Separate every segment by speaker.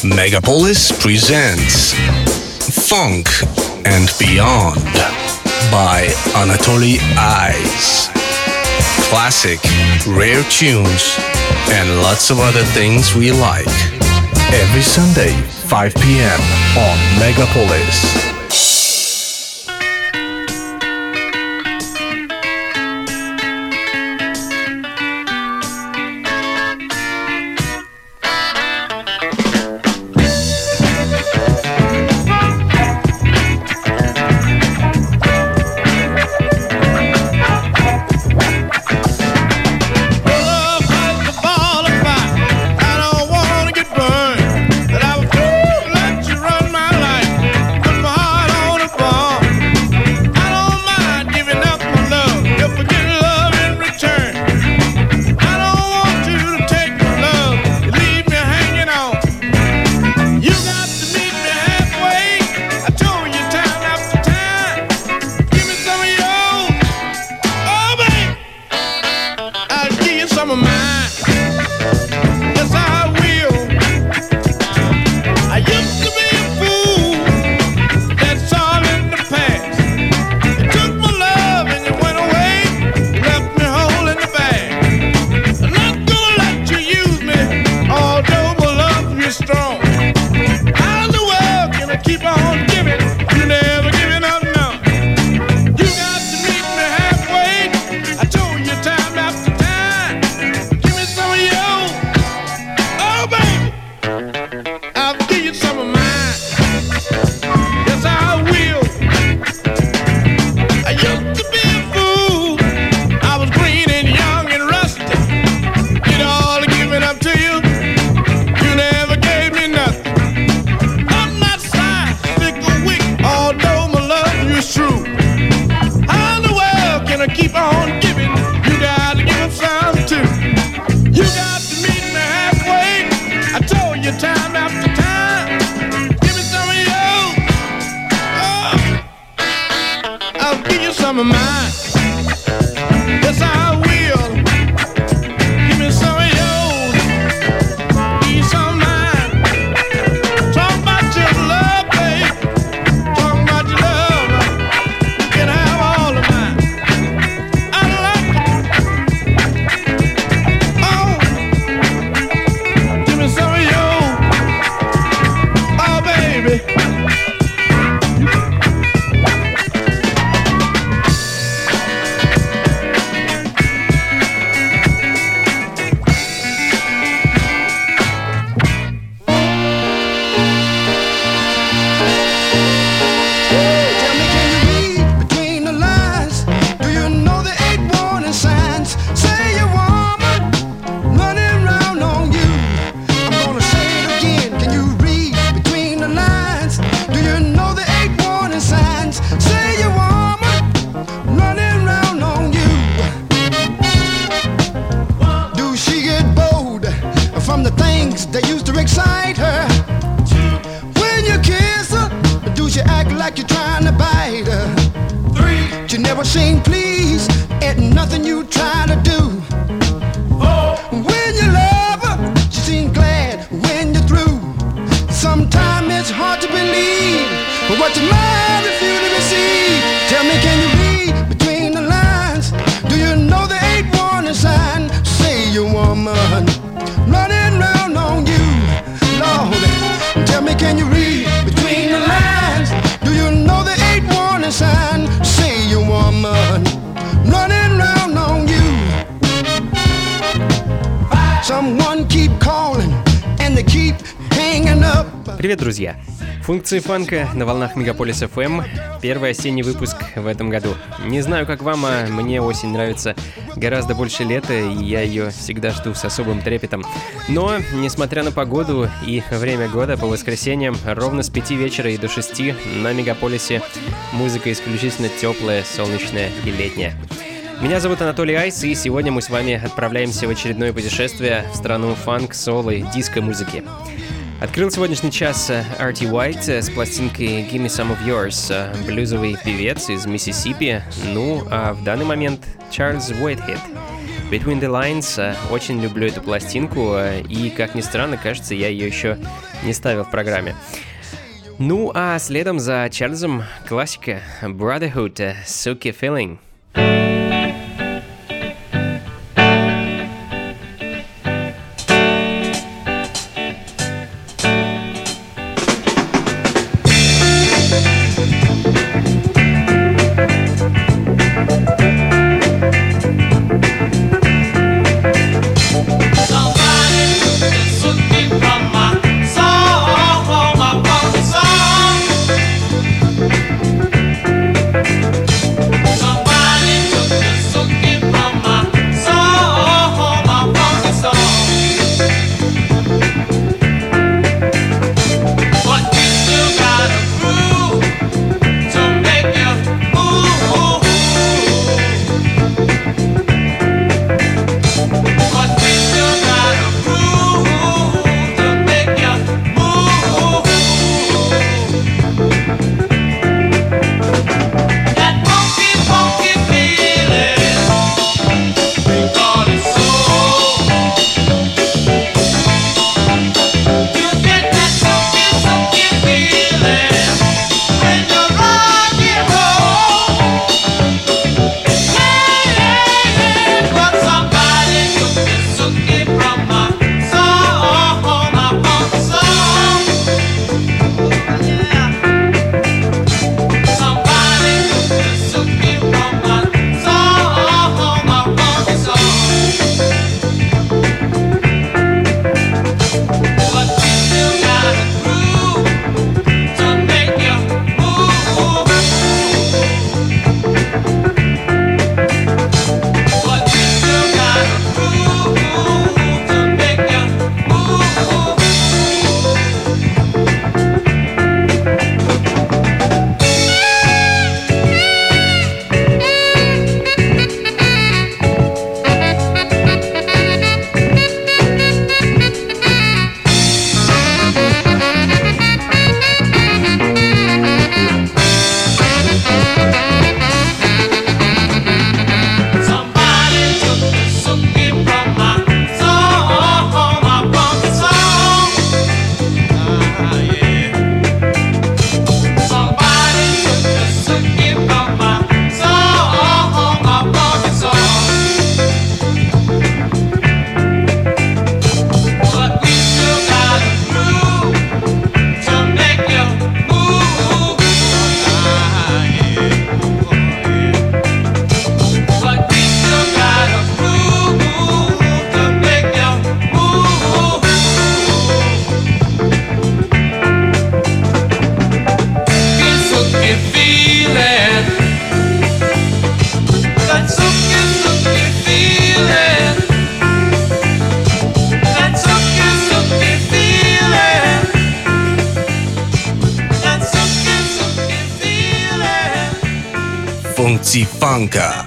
Speaker 1: Megapolis presents Funk and Beyond by Anatoly Ice. Classic, rare tunes, and lots of other things we like. Every Sunday, 5 p.m. on Megapolis.
Speaker 2: Привет, друзья! Функции фанка на волнах Мегаполис FM. Первый осенний выпуск в этом году. Не знаю, как вам, а мне осень нравится гораздо больше лета, и я ее всегда жду с особым трепетом. Но, несмотря на погоду и время года, по воскресеньям ровно с 5 вечера и до 6 на Мегаполисе музыка исключительно теплая, солнечная и летняя. Меня зовут Анатолий Айс, и сегодня мы с вами отправляемся в очередное путешествие в страну фанк, соло и диско-музыки. Открыл сегодняшний час Artie White с пластинкой «Give Me Some of Yours», блюзовый певец из Миссисипи, ну а в данный момент Чарльз Уайтхед. Between the Lines. Очень люблю эту пластинку, и, как ни странно, кажется, я ее еще не ставил в программе. Ну, а следом за Чарльзом классика Brotherhood, Suki Feeling.
Speaker 1: Funka.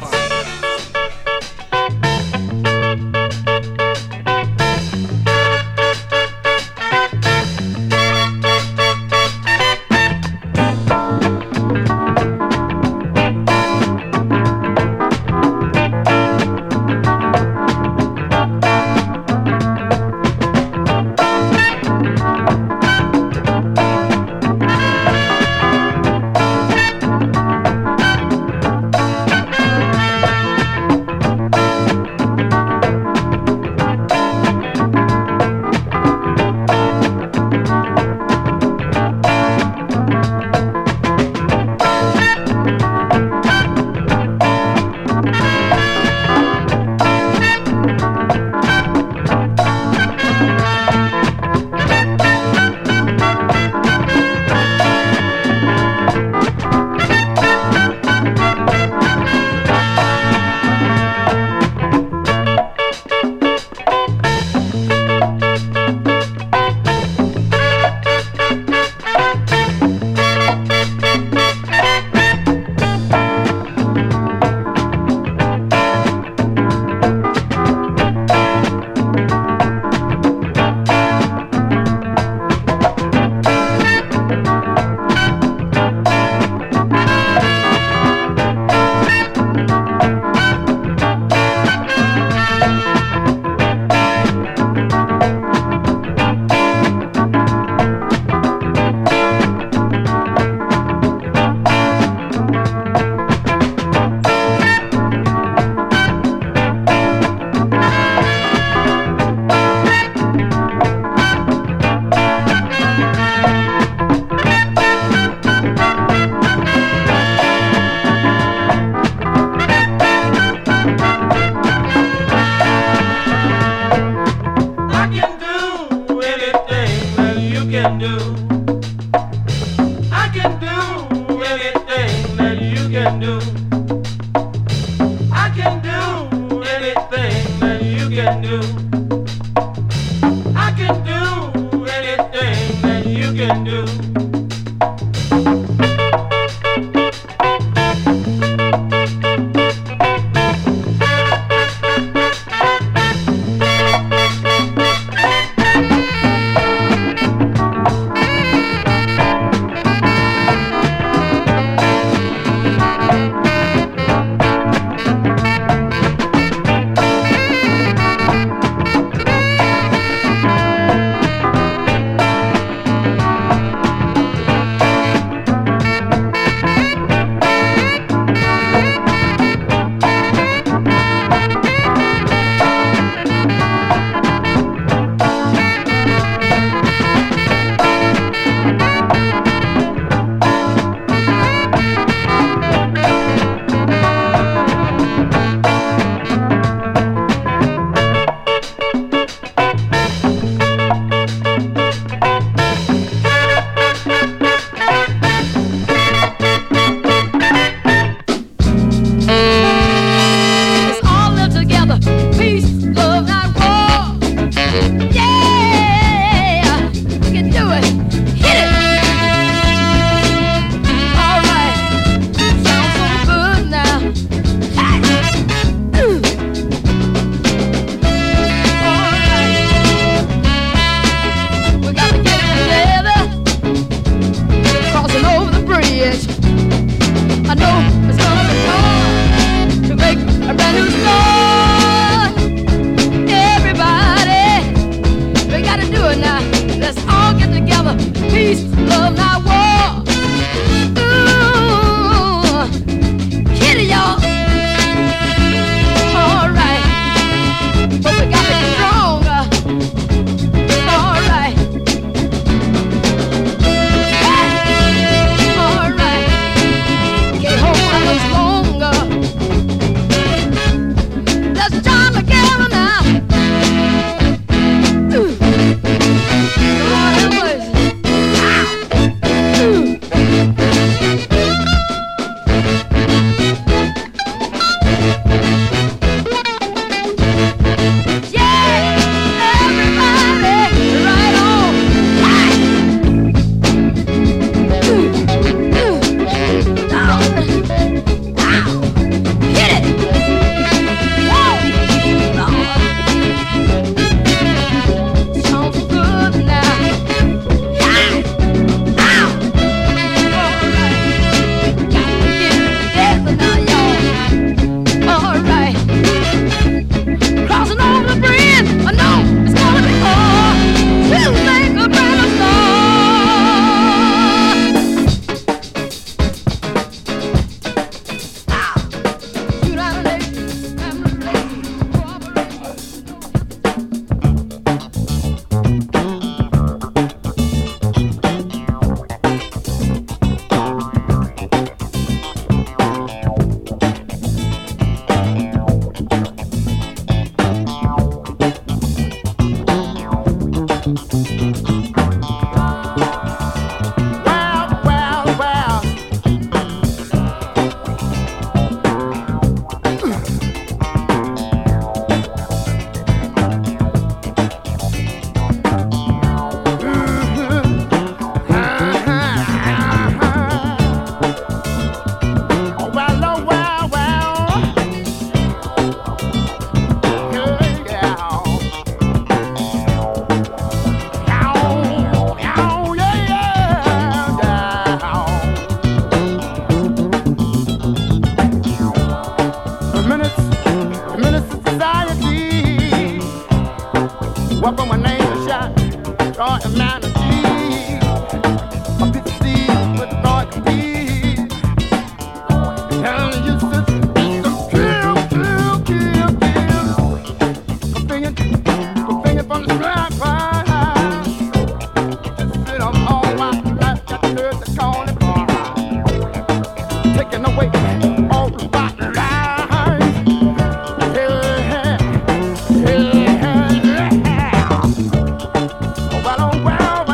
Speaker 3: Well,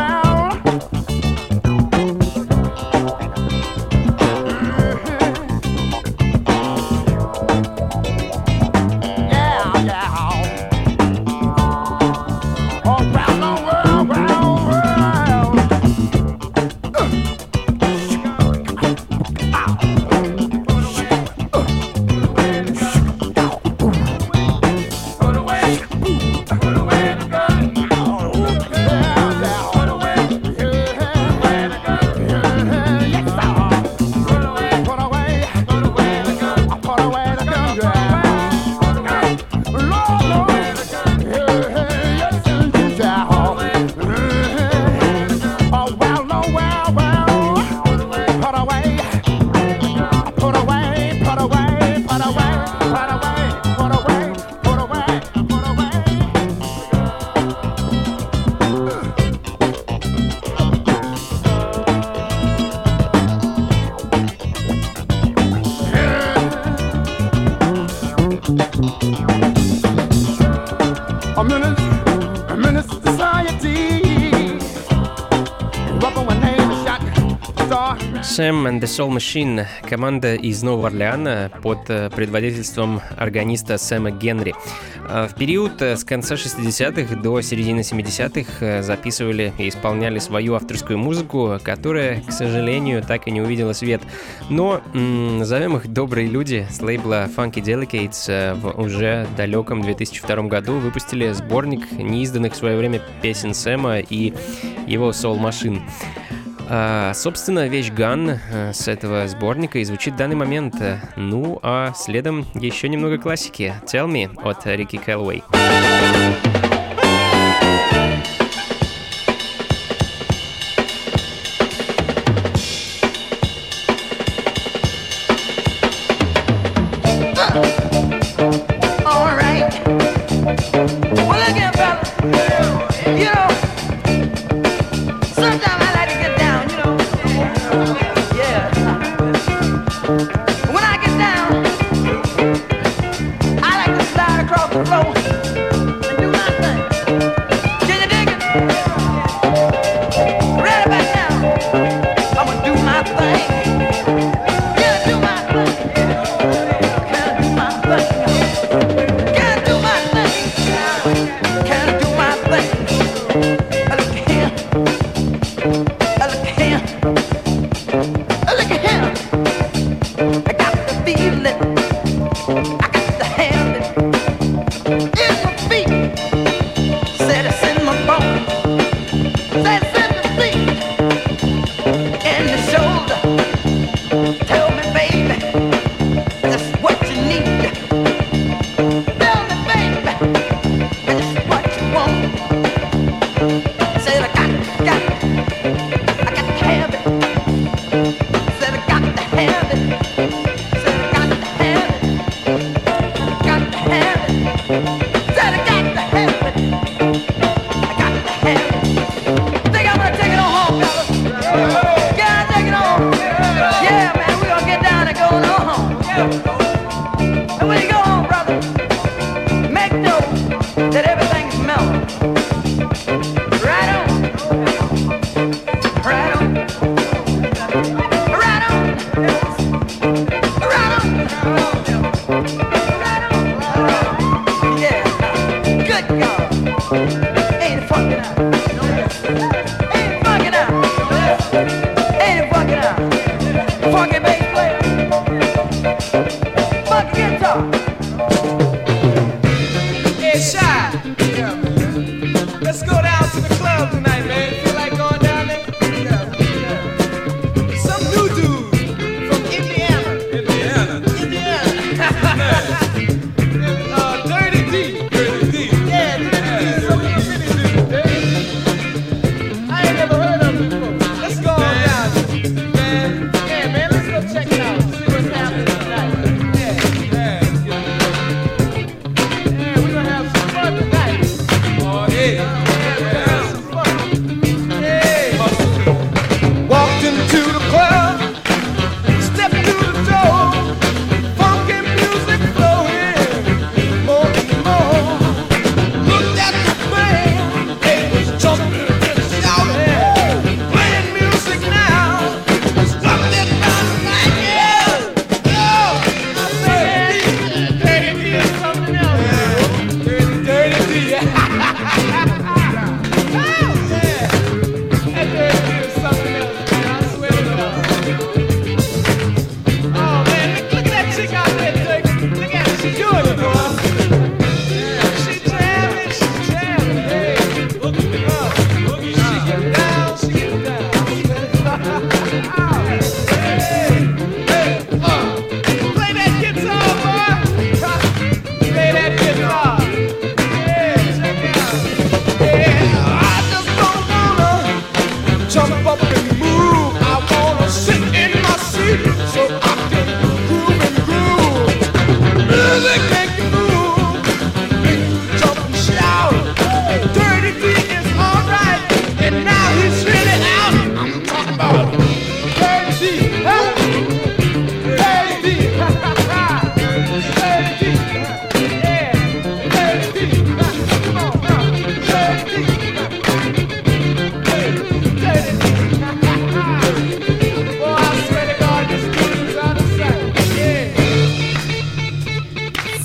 Speaker 2: Sam and the Soul Machine — команда из Нового Орлеана под предводительством органиста Сэма Генри. В период с конца 60-х до середины 70-х записывали и исполняли свою авторскую музыку, которая, к сожалению, так и не увидела свет. Но назовем их добрые люди с лейбла Funky Delicates в уже далеком 2002 году выпустили сборник неизданных в свое время песен Сэма и его Soul Machine. Собственно, вещь Gun с этого сборника и звучит в данный момент. Ну, а следом еще немного классики. Tell Me от Рики Кэллоуэй.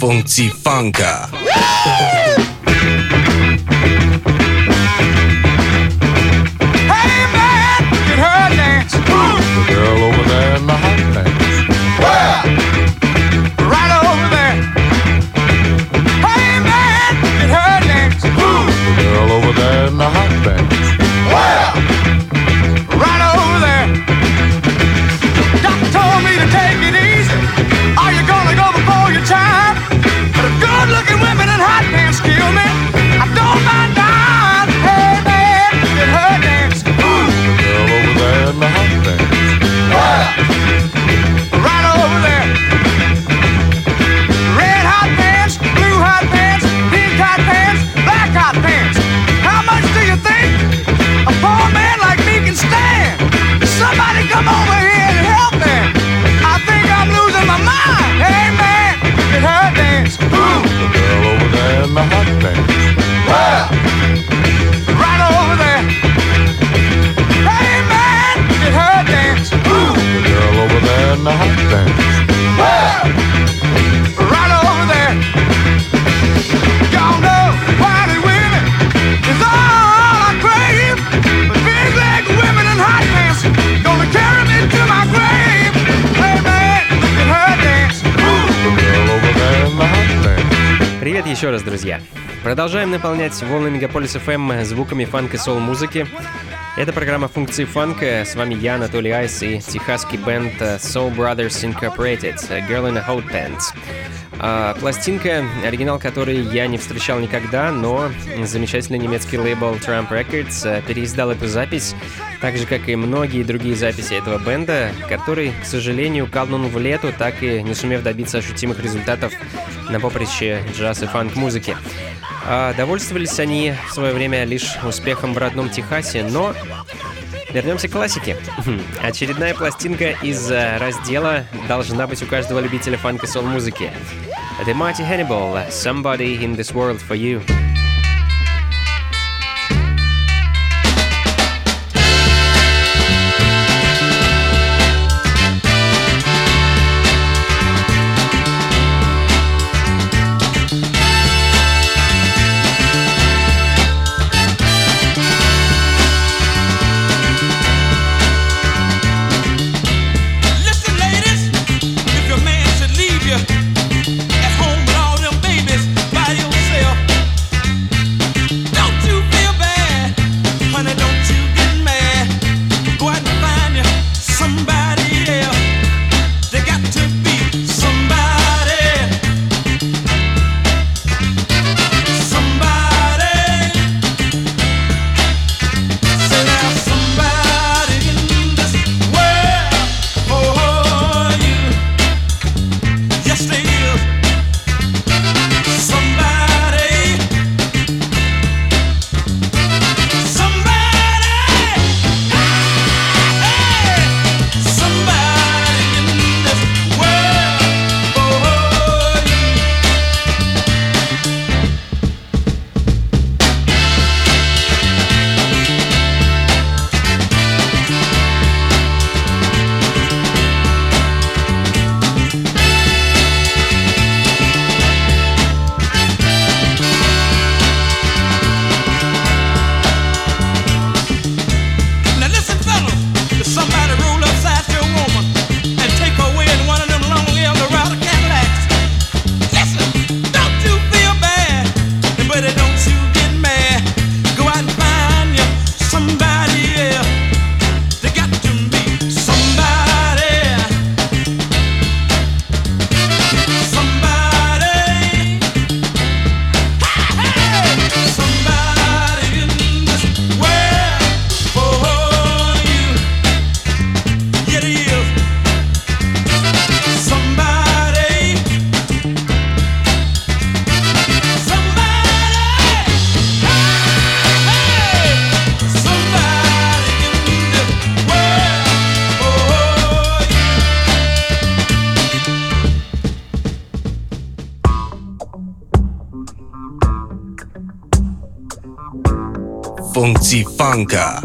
Speaker 1: Funzifanka.
Speaker 3: Hey man, look at her dance.
Speaker 4: The girl over there in the hot pants.
Speaker 3: Well, right over there. Hey man, look at her dance.
Speaker 4: The girl over there in the hot pants.
Speaker 3: Well, right over there. Doctor told me to take it easy. Are you gonna go before your time? But if good-looking women in hot pants kill me, I don't mind dying. Hey man, look at her dance.
Speaker 4: The girl over there in the hot pants.
Speaker 3: Well, right over there. Red hot pants, blue hot pants, pink hot pants, black hot pants. How much do you think a poor man like me can stand? Somebody come over here and help me. I think I'm losing my mind. Hey man, look at her dance.
Speaker 4: The girl over there in the hot pants.
Speaker 3: Well, right over there. Hey man, look at her dance.
Speaker 4: The girl over there in the hot pants.
Speaker 3: Well, right over there. Y'all know whiny women is all I crave. But big leg women in hot pants gonna carry me to my grave. Hey man, look at her dance.
Speaker 4: The girl over there in the hot pants.
Speaker 2: Привет еще раз, друзья! Продолжаем наполнять волны Мегаполис FM звуками фанк и соул-музыки. Это программа «Функции фанка». С вами я, Анатолий Айс, и техасский бенд Soul Brothers Incorporated, Girl in a Hot Pants. Пластинка, оригинал которой я не встречал никогда, но замечательный немецкий лейбл Trump Records переиздал эту запись, так же, как и многие другие записи этого бенда, который, к сожалению, канул в лету, так и не сумев добиться ощутимых результатов на поприще джаз и фанк-музыки. Довольствовались они в свое время лишь успехом в родном Техасе, но вернемся к классике. Очередная пластинка из раздела должна быть у каждого любителя фанк и соул-музыки. The Mighty Hannibal, Somebody in This World for You.
Speaker 5: Listen, ladies, if your man should leave you at home with all them babies by yourself, don't you feel bad, honey, don't you get mad. Go out and find you somebody else. They got to be somebody. Somebody. Say there's somebody in this world for you. Yes, there is. Somebody. Somebody. Hey, somebody in this world for you. Now listen, fellas, if somebody roll upside your woman and take her away in one of them long Eldorado Cadillacs, listen, don't you feel bad, but don't you get mad. Go out and find you somebody else. They got to be somebody. Somebody. Hey, somebody in this world for you. Yeah, it is. Somebody. Somebody. Hey, somebody in this world for you.
Speaker 1: Funzifanka.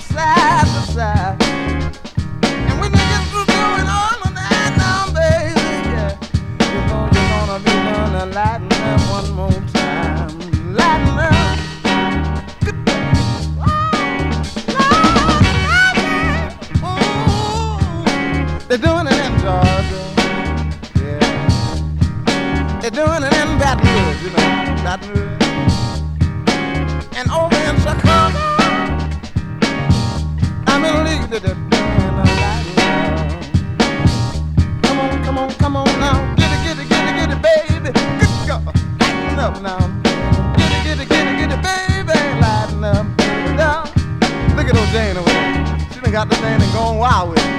Speaker 3: side to side. And when you get through doing all of that now, baby, yeah, you know you're gonna be gonna lighten up one more time. Lighten up. They're doing it in Georgia, yeah. They're doing it in Baton Rouge, you know, Baton Rouge. And over in Chicago, I'm in a league that they're doing a lot now. Come on, come on, come on now. Get it, get it, get it, get it, baby. Good God, lighten up now. Get it, get it, get it, get it, baby. Lighten up, baby, down. Look at old Jane over there. She done got the thing and going wild with it.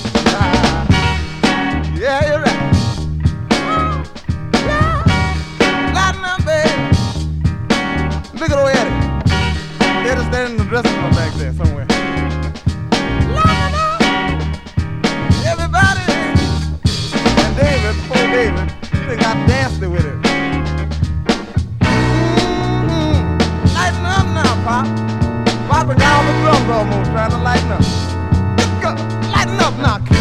Speaker 3: Yeah, you're right. Yeah. Lighten up, baby. Look at old Eddie. Eddie's standing in the dressing room back there somewhere. Lighten up. Everybody. And David, poor David, he done got nasty with it. Lighten up now, Pop. Pop got all the drums almost trying to lighten up. Lighten up now, kid.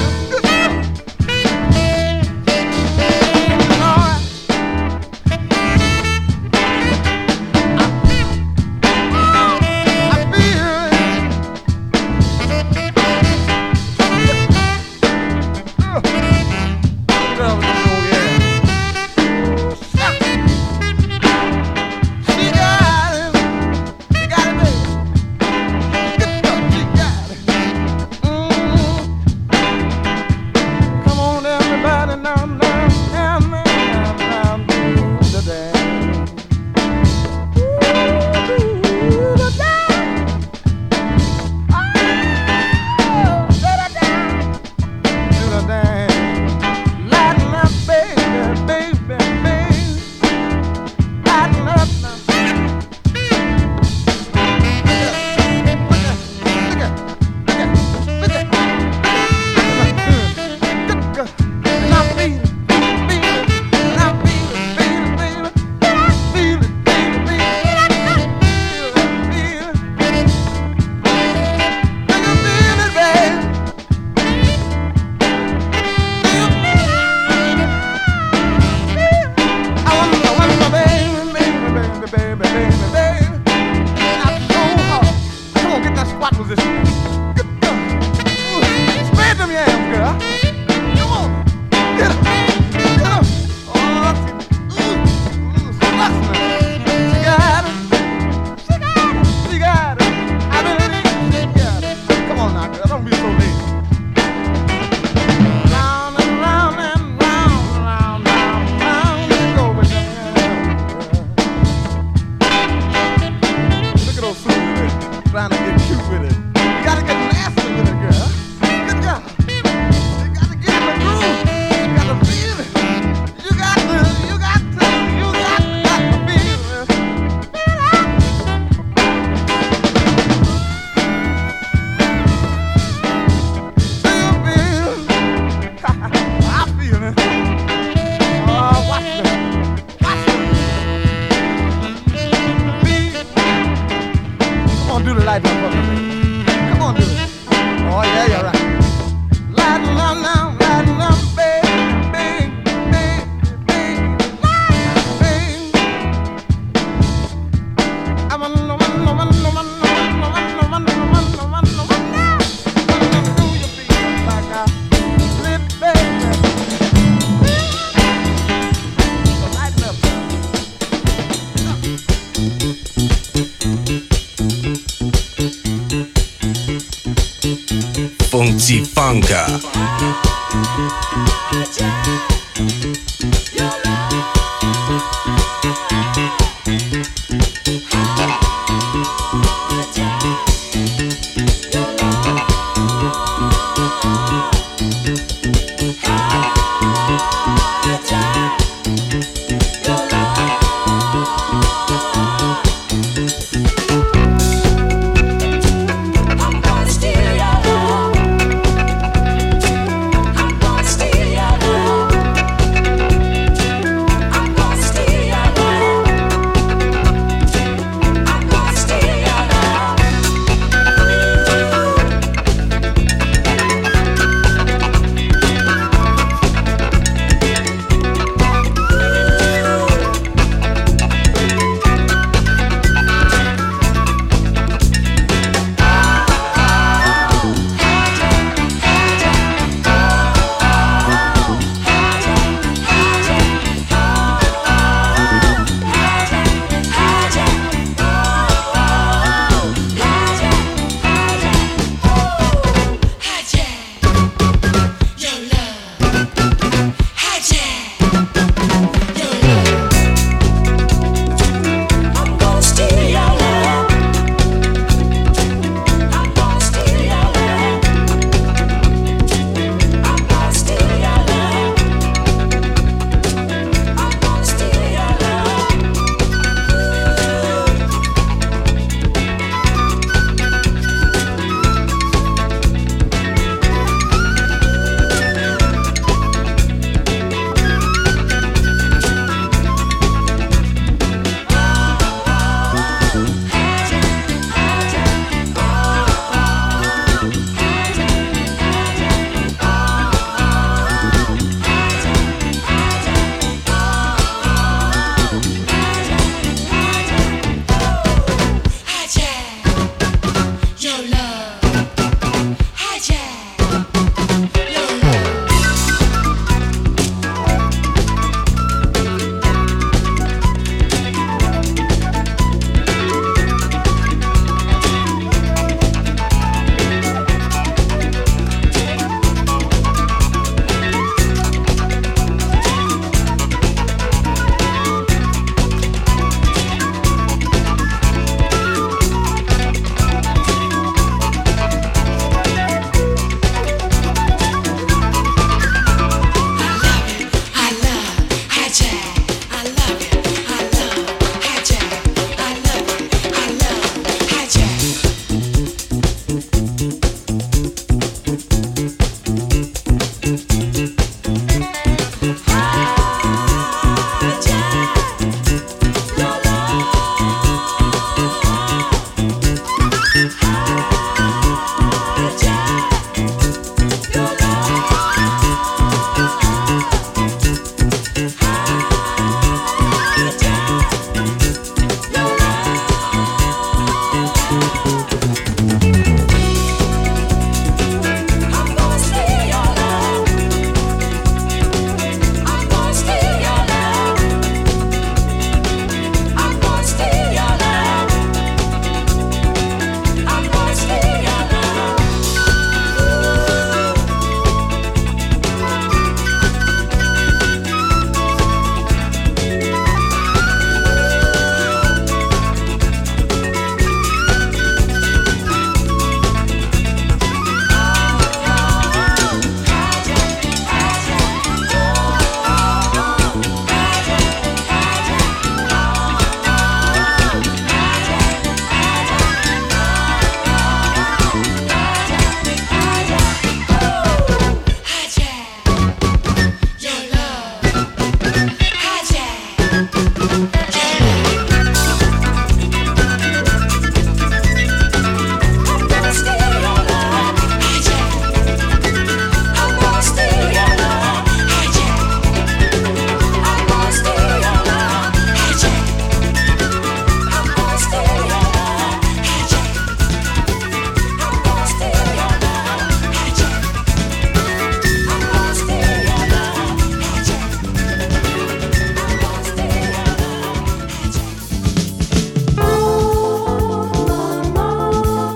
Speaker 1: Funky Funka.
Speaker 6: I'm gonna steal your love.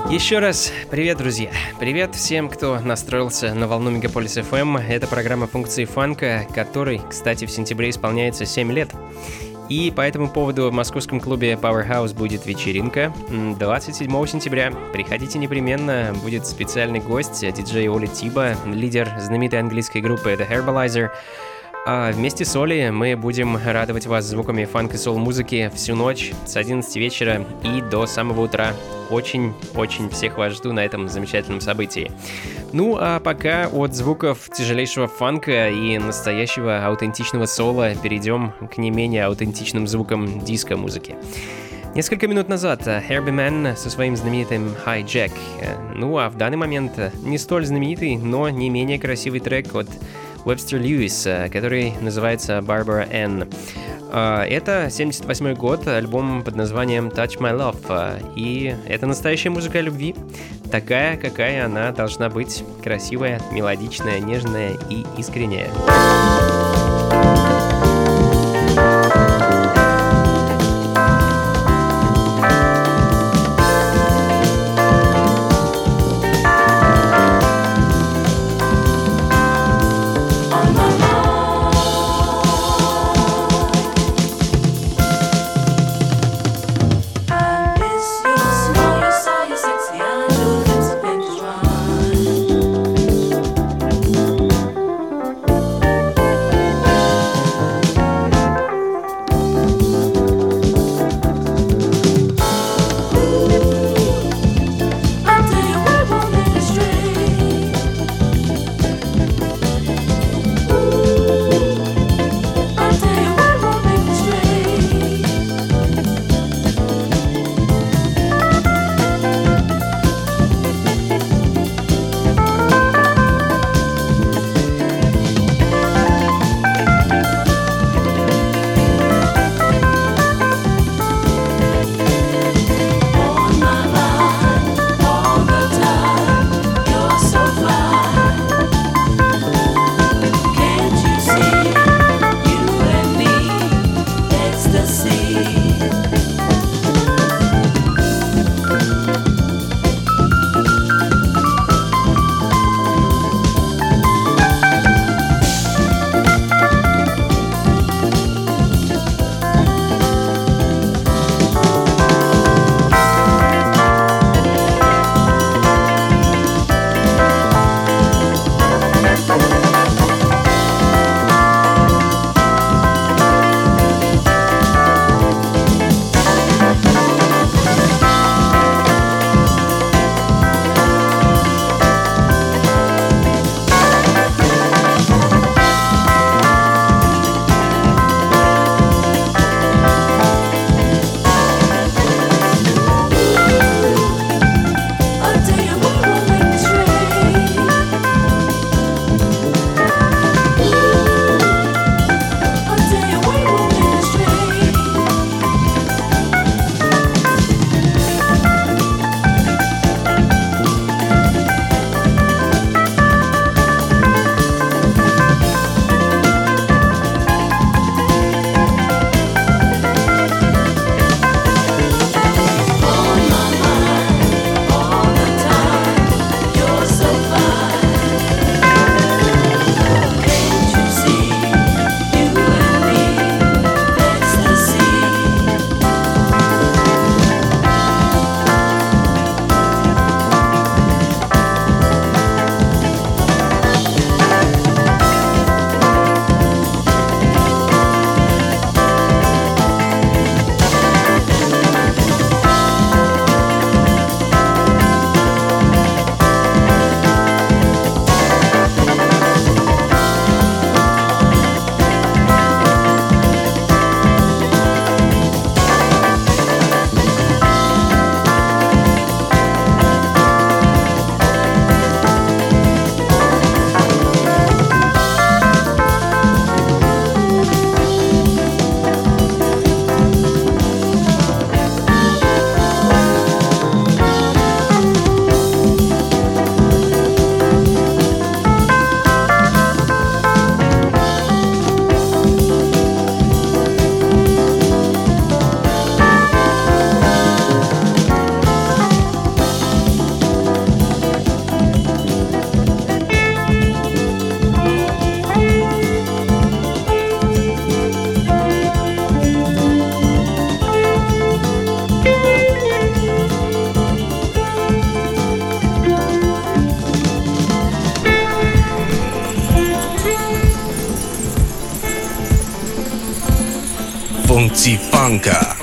Speaker 2: Еще раз привет, друзья. Привет всем, кто настроился на волну Мегаполис FM. Это программа «Функции фанка», которой, кстати, в сентябре исполняется 7 лет. И по этому поводу в московском клубе Powerhouse будет вечеринка 27 сентября. Приходите непременно, будет специальный гость, диджей Оли Тиба, лидер знаменитой английской группы The Herbalizer. А вместе с Олей мы будем радовать вас звуками фанк и сол-музыки всю ночь с 11 вечера и до самого утра. Очень-очень всех вас жду на этом замечательном событии. Ну а пока от звуков тяжелейшего фанка и настоящего аутентичного соло перейдем к не менее аутентичным звукам диско-музыки. Несколько минут назад Herbie Mann со своим знаменитым Hi Jack. Ну а в данный момент не столь знаменитый, но не менее красивый трек от Webster Lewis, который называется Barbara Ann. Это 78 год, альбом под названием Touch My Love. И это настоящая музыка о любви, такая, какая она должна быть. Красивая, мелодичная, нежная и искренняя.
Speaker 1: Функции фанка.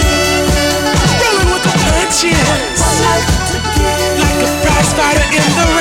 Speaker 5: Like a prize fighter in the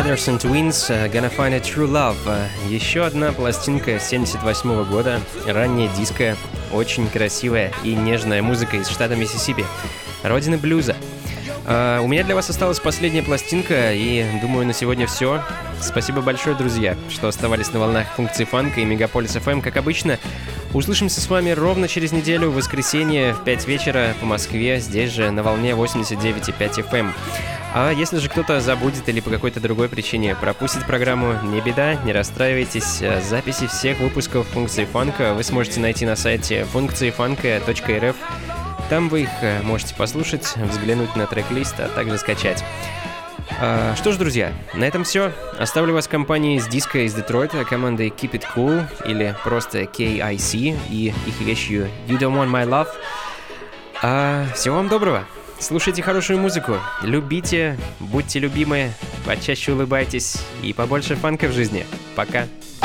Speaker 2: Anderson Twins, Gonna Find a True Love. Еще одна пластинка 78 года, ранняя диско, очень красивая и нежная музыка из штата Миссисипи, родины блюза. У меня для вас осталась последняя пластинка, и думаю, на сегодня все. Спасибо большое, друзья, что оставались на волнах функции фанка и Мегаполис FM, как обычно. Услышимся с вами ровно через неделю, в воскресенье, в 5 вечера по Москве, здесь же на волне 89,5 FM. А если же кто-то забудет или по какой-то другой причине пропустит программу, не беда, не расстраивайтесь. Записи всех выпусков функции фанка вы сможете найти на сайте функциифанка.рф. Там вы их можете послушать, взглянуть на трек-лист, а также скачать. Что ж, друзья, на этом все. Оставлю вас в компании с диско из Детройта, командой Keep It Cool, или просто KIC, и их вещью You Don't Want My Love. Всего вам доброго. Слушайте хорошую музыку, любите, будьте любимы, почаще улыбайтесь и побольше фанка в жизни. Пока.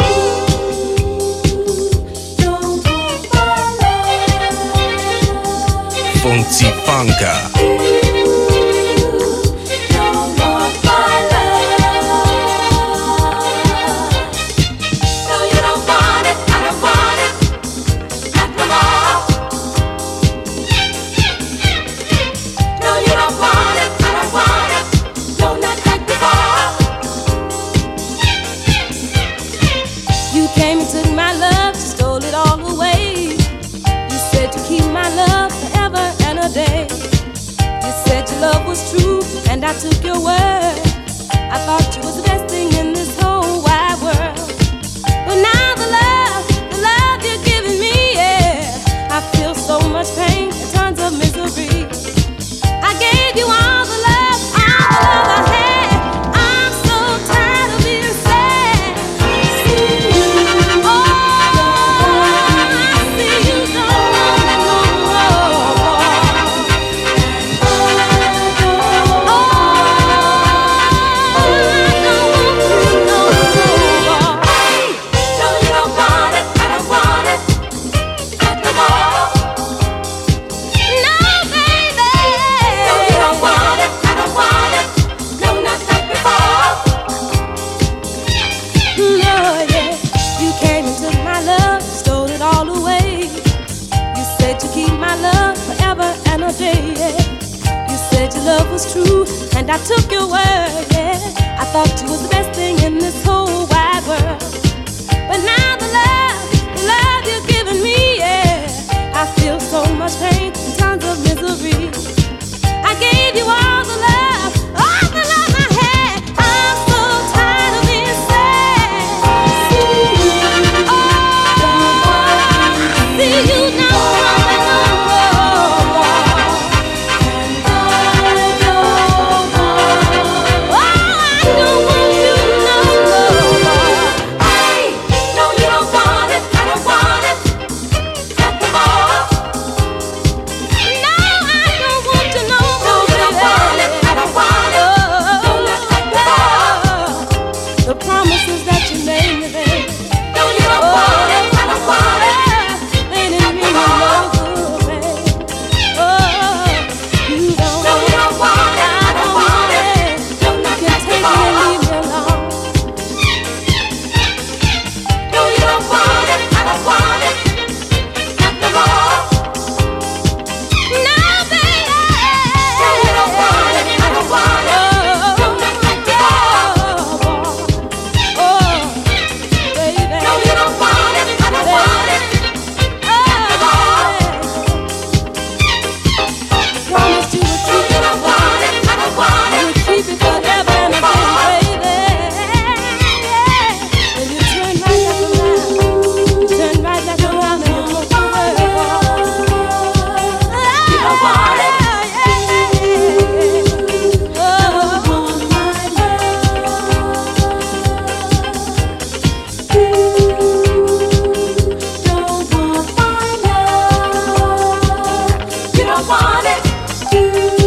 Speaker 1: Функции фанка.
Speaker 6: Love was true, and I took your word. I thought you was the best thing in this whole wide world. But now the love you're giving me, yeah, I feel so much pain and tons of misery. I gave you all the love I had. I'm so tired of being sad. Oh, I see you don't want it no more. Love was true, and I took your word, yeah. I thought you was the best thing in this whole wide world. But now the love you're giving me, yeah, I feel so much pain and tons of misery. I gave you all the love I had. I'm so tired of being sad. Oh, see you now.
Speaker 7: want it.